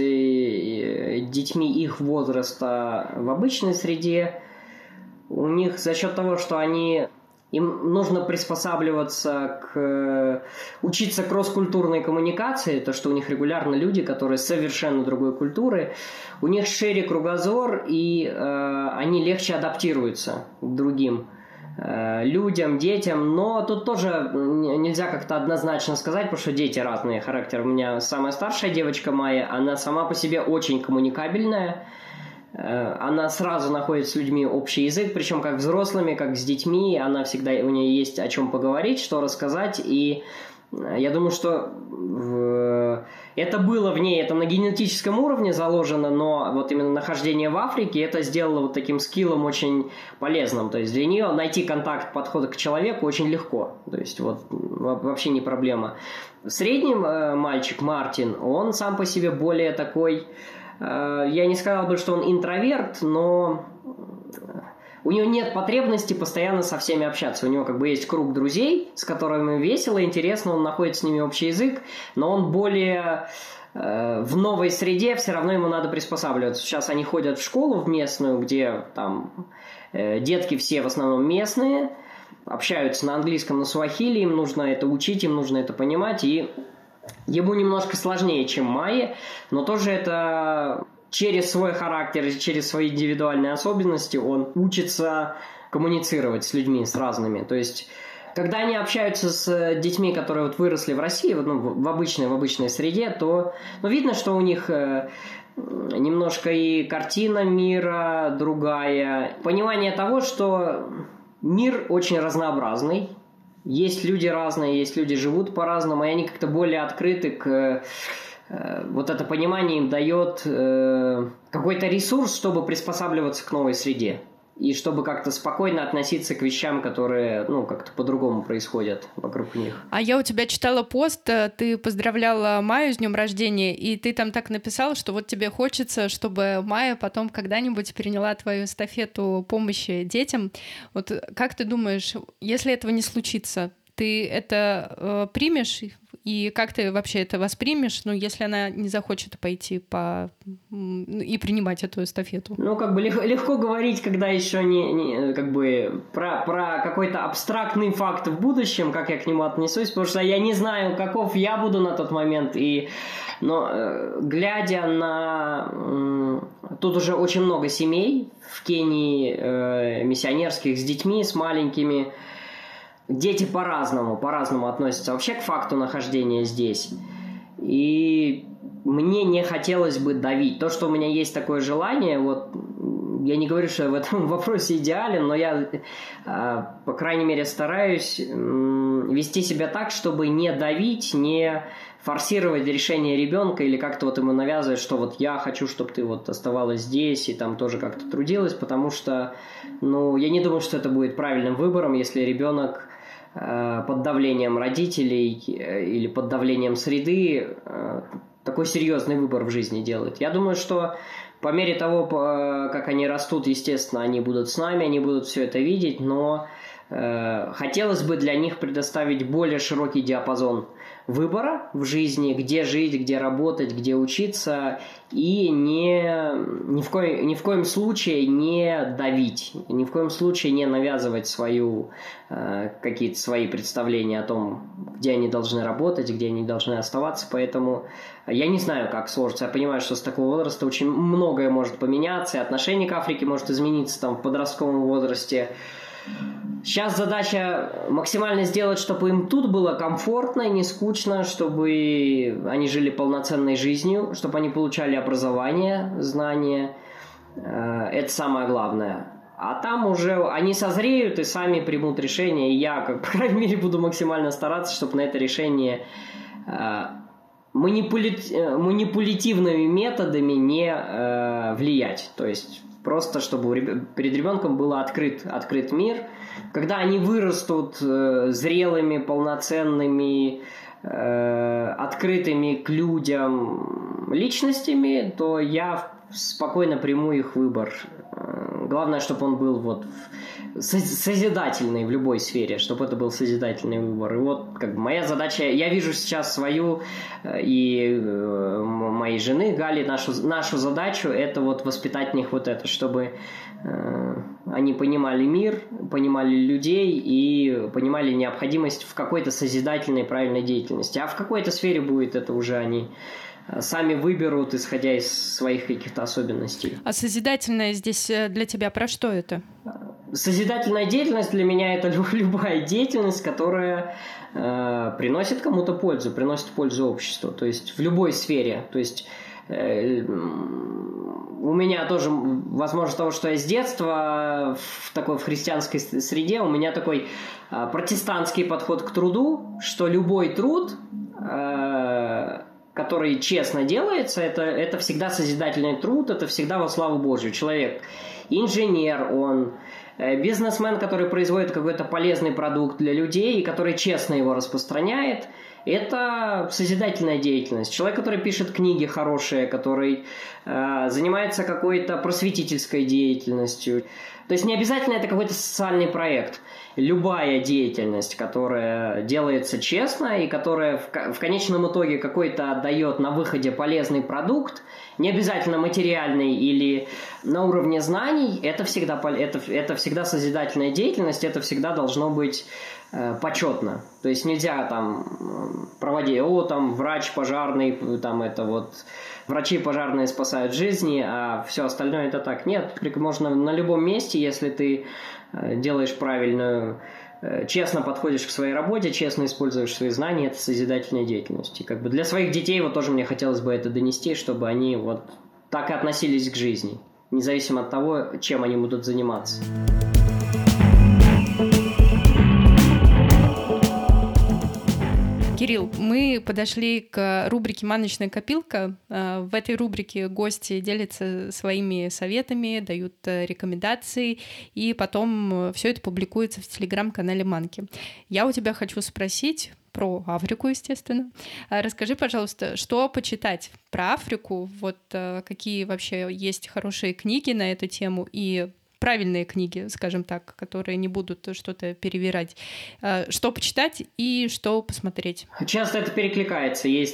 детьми их возраста в обычной среде, у них за счет того, что им нужно приспосабливаться учиться кросс-культурной коммуникации, то, что у них регулярно люди, которые совершенно другой культуры, у них шире кругозор, и они легче адаптируются к другим людям, детям, но тут тоже нельзя как-то однозначно сказать, потому что дети разные характер. У меня самая старшая девочка Майя, она сама по себе очень коммуникабельная, она сразу находит с людьми общий язык, причем как взрослыми, как с детьми, она всегда, у нее есть о чем поговорить, что рассказать, и я думаю, что это было в ней, это на генетическом уровне заложено, но вот именно нахождение в Африке это сделало вот таким скиллом очень полезным. То есть для нее найти контакт, подход к человеку очень легко. То есть вот вообще не проблема. Средний мальчик Мартин, он сам по себе более такой, я не сказал бы, что он интроверт, но у него нет потребности постоянно со всеми общаться. У него как бы есть круг друзей, с которыми весело, интересно, он находит с ними общий язык, но он более в новой среде, все равно ему надо приспосабливаться. Сейчас они ходят в школу в местную, где там детки все в основном местные, общаются на английском, на суахили, им нужно это учить, им нужно это понимать, и ему немножко сложнее, чем Майе, но тоже это через свой характер и через свои индивидуальные особенности он учится коммуницировать с людьми, с разными. То есть, когда они общаются с детьми, которые вот выросли в России, в обычной среде, то видно, что у них немножко и картина мира другая. Понимание того, что мир очень разнообразный. Есть люди разные, есть люди живут по-разному, и они как-то более открыты к... Вот это понимание им дает какой-то ресурс, чтобы приспосабливаться к новой среде. И чтобы как-то спокойно относиться к вещам, которые, как-то по-другому происходят вокруг них. А я у тебя читала пост, ты поздравляла Майю с днем рождения, и ты там так написал, что вот тебе хочется, чтобы Майя потом когда-нибудь переняла твою эстафету помощи детям. Вот как ты думаешь, если этого не случится, ты это примешь? И как ты вообще это воспримешь, если она не захочет пойти и принимать эту эстафету? Легко говорить, когда еще не про какой-то абстрактный факт в будущем, как я к нему отнесусь, потому что я не знаю, каков я буду на тот момент. Но глядя на... Тут уже очень много семей в Кении миссионерских с детьми, с маленькими. Дети по-разному относятся вообще к факту нахождения здесь. И мне не хотелось бы давить. То, что у меня есть такое желание, я не говорю, что я в этом вопросе идеален, но я, по крайней мере, стараюсь вести себя так, чтобы не давить, не форсировать решение ребенка или как-то ему навязывать, что я хочу, чтобы ты оставалась здесь и там тоже как-то трудилась, потому что, я не думаю, что это будет правильным выбором, если ребенок под давлением родителей или под давлением среды такой серьезный выбор в жизни делает. Я думаю, что по мере того, как они растут, естественно, они будут с нами, они будут все это видеть, но хотелось бы для них предоставить более широкий диапазон выбора в жизни, где жить, где работать, где учиться, и ни в коем случае не давить, ни в коем случае не навязывать какие-то свои представления о том, где они должны работать, где они должны оставаться. Поэтому я не знаю, как сложится. Я понимаю, что с такого возраста очень многое может поменяться, и отношение к Африке может измениться там, в подростковом возрасте. Сейчас задача максимально сделать, чтобы им тут было комфортно и не скучно, чтобы они жили полноценной жизнью, чтобы они получали образование, знания. Это самое главное. А там уже они созреют и сами примут решение. И я, по крайней мере, буду максимально стараться, чтобы на это решение манипулятивными методами не влиять. То есть просто чтобы перед ребенком был открыт мир. Когда они вырастут зрелыми, полноценными, открытыми к людям личностями, то я спокойно приму их выбор. Главное, чтобы он был созидательный в любой сфере, чтобы это был созидательный выбор. И моя задача, я вижу сейчас свою и моей жены Гали, нашу задачу, это воспитать в них это, чтобы они понимали мир, понимали людей и понимали необходимость в какой-то созидательной правильной деятельности. А в какой-то сфере будет это уже они сами выберут, исходя из своих каких-то особенностей. А созидательное здесь для тебя про что это? Созидательная деятельность для меня – это любая деятельность, которая приносит кому-то пользу, приносит пользу обществу. То есть в любой сфере. То есть у меня тоже, возможно, того, что я с детства в христианской среде, у меня такой протестантский подход к труду, что любой труд, который честно делается, это всегда созидательный труд, это всегда во славу Божью. Человек, инженер, он бизнесмен, который производит какой-то полезный продукт для людей и который честно его распространяет, это созидательная деятельность. Человек, который пишет книги хорошие, который занимается какой-то просветительской деятельностью. То есть не обязательно это какой-то социальный проект. Любая деятельность, которая делается честно и которая в конечном итоге какой-то отдает на выходе полезный продукт, не обязательно материальный или на уровне знаний, это всегда созидательная деятельность, это всегда должно быть почетно. То есть нельзя проводить, врач пожарный, врачи пожарные спасают жизни, а все остальное это так. Нет, можно на любом месте, если ты делаешь правильную, честно подходишь к своей работе, честно используешь свои знания, это созидательная деятельность. И для своих детей тоже мне хотелось бы это донести, чтобы они так и относились к жизни, независимо от того, чем они будут заниматься. Кирилл, мы подошли к рубрике «Маночная копилка». В этой рубрике гости делятся своими советами, дают рекомендации, и потом все это публикуется в телеграм-канале Манки. Я у тебя хочу спросить про Африку, естественно. Расскажи, пожалуйста, что почитать про Африку, какие вообще есть хорошие книги на эту тему и правильные книги, скажем так, которые не будут что-то перевирать. Что почитать и что посмотреть? Часто это перекликается. Я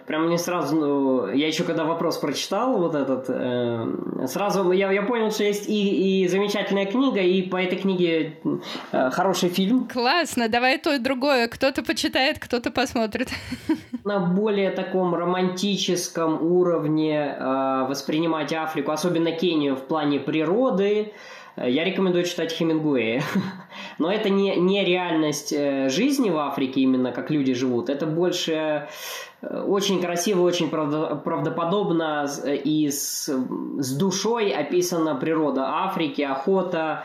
еще когда вопрос прочитал сразу я понял, что есть и замечательная книга, и по этой книге хороший фильм. Классно, давай то и другое. Кто-то почитает, кто-то посмотрит. На более таком романтическом уровне воспринимать Африку, особенно Кению в плане природы, я рекомендую читать Хемингуэя. Но это не реальность жизни в Африке, именно как люди живут. Это больше очень красиво, очень правдоподобно и с душой описана природа Африки, охота.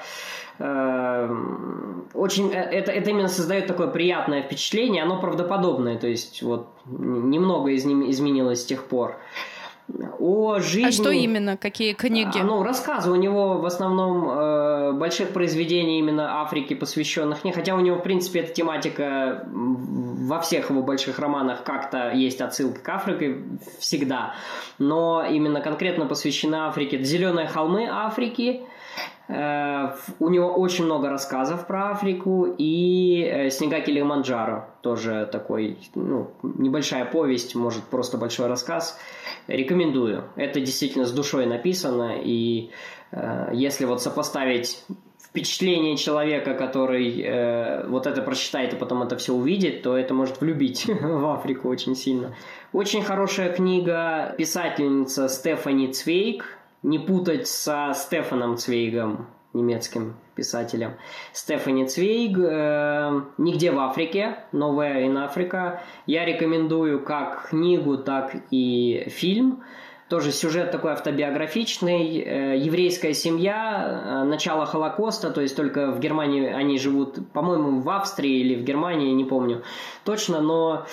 Очень, это именно создает такое приятное впечатление, оно правдоподобное, то есть немного изменилось с тех пор. О жизни... А что именно? Какие книги? Рассказы. У него в основном больших произведений именно Африки посвященных нет. Хотя у него, в принципе, эта тематика во всех его больших романах как-то есть отсылка к Африке всегда. Но именно конкретно посвящена Африке. «Зеленые холмы Африки», У него очень много рассказов про Африку, и «Снега Килиманджаро» тоже такой, небольшая повесть, может, просто большой рассказ. Рекомендую. Это действительно с душой написано, и если вот сопоставить впечатление человека, который вот это прочитает и потом это все увидит, то это может влюбить в Африку очень сильно. Очень хорошая книга, писательница Стефани Цвейг, не путать со Стефаном Цвейгом, немецким писателем. Стефани Цвейг «Нигде в Африке», «Nowhere in Africa». Я рекомендую как книгу, так и фильм. Тоже сюжет такой автобиографичный. Еврейская семья, начало Холокоста, то есть только в Германии они живут, по-моему, в Австрии или в Германии, не помню точно, но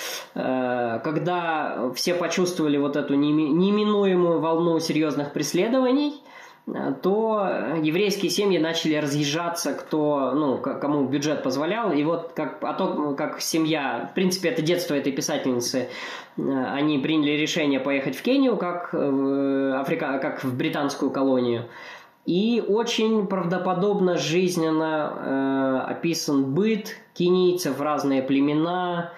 когда все почувствовали вот эту неминуемую волну серьезных преследований, то еврейские семьи начали разъезжаться, кому бюджет позволял. И вот как семья, в принципе, это детство этой писательницы, они приняли решение поехать в Кению, как в британскую колонию. И очень правдоподобно, жизненно описан быт кенийцев, разные племена,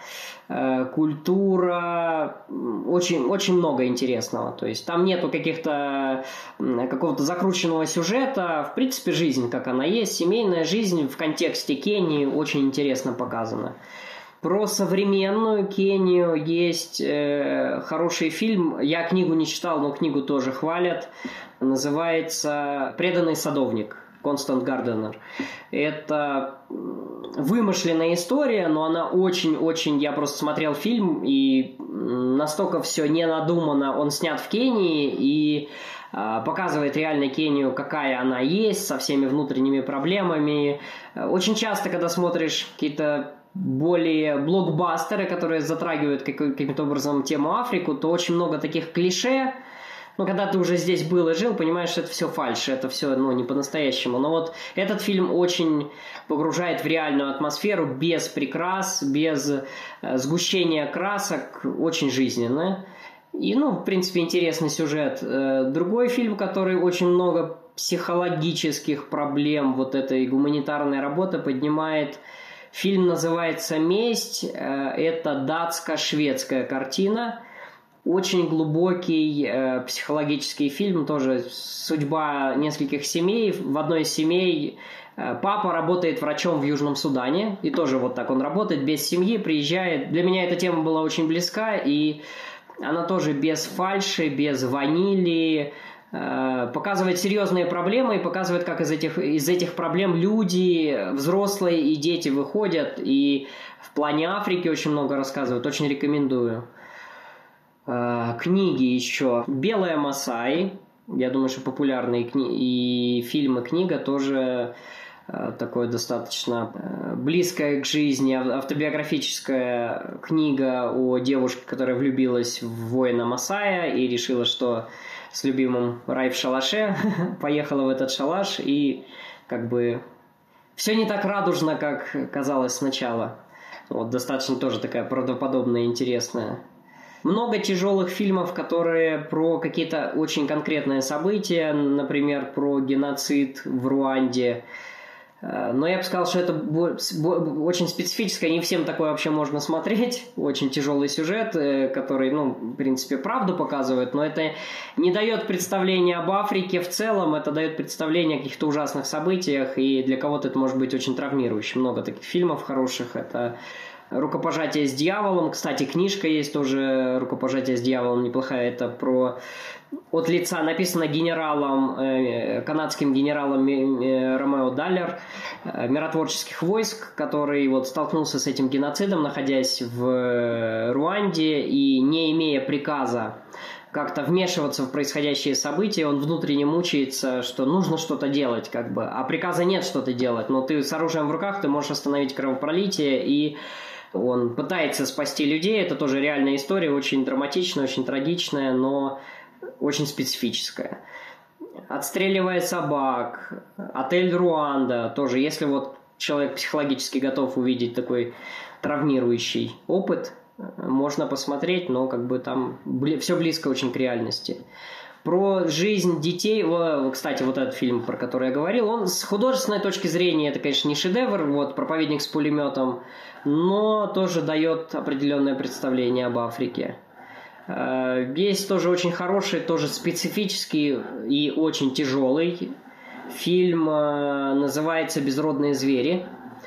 культура, очень, очень много интересного. То есть там нету какого-то закрученного сюжета. В принципе, жизнь, как она есть, семейная жизнь в контексте Кении очень интересно показана. Про современную Кению есть хороший фильм. Я книгу не читал, но книгу тоже хвалят. Называется «Преданный садовник». Констант Гарденер. Это вымышленная история, но она очень-очень... Я просто смотрел фильм, и настолько все не надумано. Он снят в Кении и показывает реально Кению, какая она есть, со всеми внутренними проблемами. Очень часто, когда смотришь какие-то более блокбастеры, которые затрагивают каким-то образом тему Африку, то очень много таких клише. Когда ты уже здесь был и жил, понимаешь, что это все фальшь, это все не по-настоящему. Но вот этот фильм очень погружает в реальную атмосферу, без прикрас, без сгущения красок, очень жизненно. И, в принципе, интересный сюжет. Другой фильм, который очень много психологических проблем вот этой гуманитарной работы поднимает. Фильм называется «Месть». Это датско-шведская картина. Очень глубокий психологический фильм, тоже судьба нескольких семей. В одной из семей папа работает врачом в Южном Судане, и тоже вот так он работает, без семьи, приезжает. Для меня эта тема была очень близка, и она тоже без фальши, без ванили, показывает серьезные проблемы и показывает, как из этих проблем люди, взрослые и дети выходят. И в плане Африки очень много рассказывают, очень рекомендую. Книги еще. «Белая Масаи». Я думаю, что популярные и фильм, и книга тоже такое достаточно близкое к жизни. Автобиографическая книга о девушке, которая влюбилась в воина Масая и решила, что с любимым рай в шалаше, поехала в этот шалаш, и все не так радужно, как казалось сначала. Достаточно тоже такая правдоподобная, интересная. Много тяжелых фильмов, которые про какие-то очень конкретные события, например, про геноцид в Руанде. Но я бы сказал, что это очень специфическое, не всем такое вообще можно смотреть. Очень тяжелый сюжет, который, в принципе, правду показывает, но это не дает представления об Африке в целом, это дает представление о каких-то ужасных событиях, и для кого-то это может быть очень травмирующим. Много таких фильмов хороших, это... «Рукопожатие с дьяволом». Кстати, книжка есть тоже «Рукопожатие с дьяволом», неплохая. Это от лица, написано канадским генералом Ромео Даллер, миротворческих войск, который столкнулся с этим геноцидом, находясь в Руанде и не имея приказа как-то вмешиваться в происходящие события, он внутренне мучается, что нужно что-то делать, а приказа нет что-то делать, но ты с оружием в руках, ты можешь остановить кровопролитие, и он пытается спасти людей. Это тоже реальная история, очень драматичная, очень трагичная, но очень специфическая. «Отстреливая собак», «Отель Руанда», тоже, если человек психологически готов увидеть такой травмирующий опыт, можно посмотреть, но там все близко очень к реальности. про жизнь детей. Кстати, вот этот фильм, про который я говорил, он с художественной точки зрения, это, конечно, не шедевр, вот «Проповедник с пулеметом», но тоже дает определенное представление об Африке. Есть тоже очень хороший, тоже специфический и очень тяжелый фильм, называется «Безродные звери».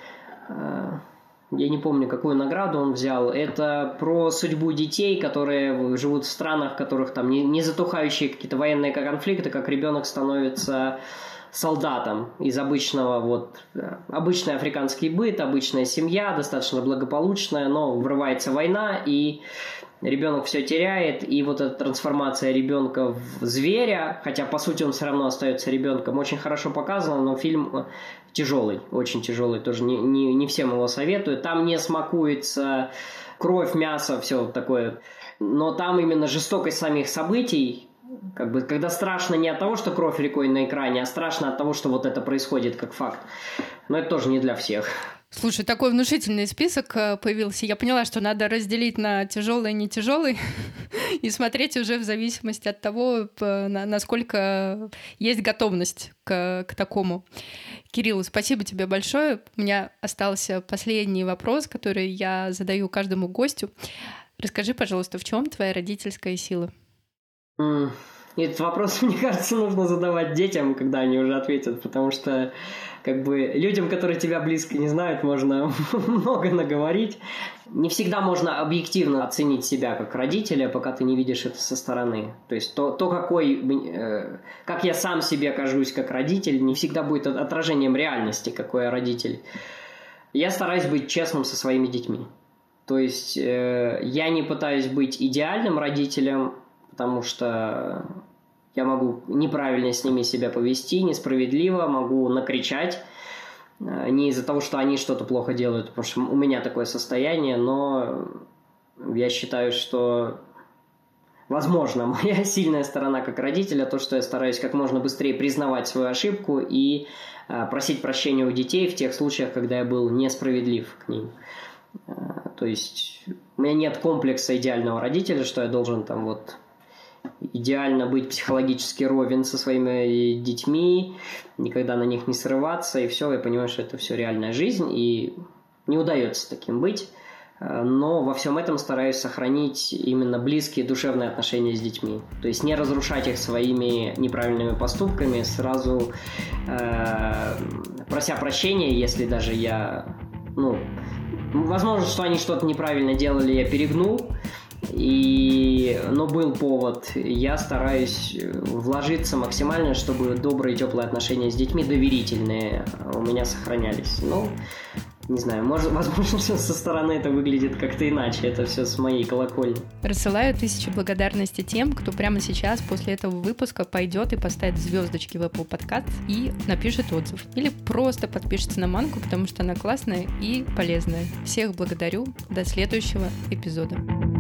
Я не помню, какую награду он взял. Это про судьбу детей, которые живут в странах, в которых там не затухающие какие-то военные конфликты, как ребенок становится солдатом из обычного, обычный африканский быт, обычная семья, достаточно благополучная, но врывается война, и ребенок все теряет, и вот эта трансформация ребенка в зверя, хотя по сути он все равно остается ребенком, очень хорошо показано, но фильм тяжелый, очень тяжелый, тоже не всем его советую. Там не смакуется кровь, мясо, все такое, но там именно жестокость самих событий, как бы, когда страшно не от того, что кровь рекой на экране, а страшно от того, что вот это происходит как факт. Но это тоже не для всех. Слушай, такой внушительный список появился. Я поняла, что надо разделить на тяжелый и не тяжелый и смотреть уже в зависимости от того, насколько есть готовность к такому. Кирилл, спасибо тебе большое. У меня остался последний вопрос, который я задаю каждому гостю. Расскажи, пожалуйста, в чем твоя родительская сила? Этот вопрос, мне кажется, нужно задавать детям, когда они уже ответят, потому что как бы людям, которые тебя близко не знают, можно много наговорить. Не всегда можно объективно оценить себя как родителя, пока ты не видишь это со стороны. То есть как я сам себе кажусь как родитель, не всегда будет отражением реальности, какой я родитель. Я стараюсь быть честным со своими детьми. То есть я не пытаюсь быть идеальным родителем, потому что я могу неправильно с ними себя повести, несправедливо, могу накричать. Не из-за того, что они что-то плохо делают, потому что у меня такое состояние, но я считаю, что, возможно, моя сильная сторона как родителя, то, что я стараюсь как можно быстрее признавать свою ошибку и просить прощения у детей в тех случаях, когда я был несправедлив к ним. То есть у меня нет комплекса идеального родителя, что я должен там идеально быть психологически ровен со своими детьми, никогда на них не срываться, и все, я понимаю, что это все реальная жизнь, и не удается таким быть, но во всем этом стараюсь сохранить именно близкие душевные отношения с детьми, то есть не разрушать их своими неправильными поступками, сразу прося прощения, если даже я, возможно, что они что-то неправильно делали, я перегнул, но был повод. Я стараюсь вложиться максимально, чтобы добрые, теплые отношения с детьми, доверительные, у меня сохранялись. Не знаю, возможно, со стороны это выглядит как-то иначе. Это все с моей колокольни. Рассылаю 1000 благодарности тем, кто прямо сейчас после этого выпуска пойдет и поставит звездочки в Apple Podcast и напишет отзыв. Или просто подпишется на Манку, потому что она классная и полезная. Всех благодарю. До следующего эпизода.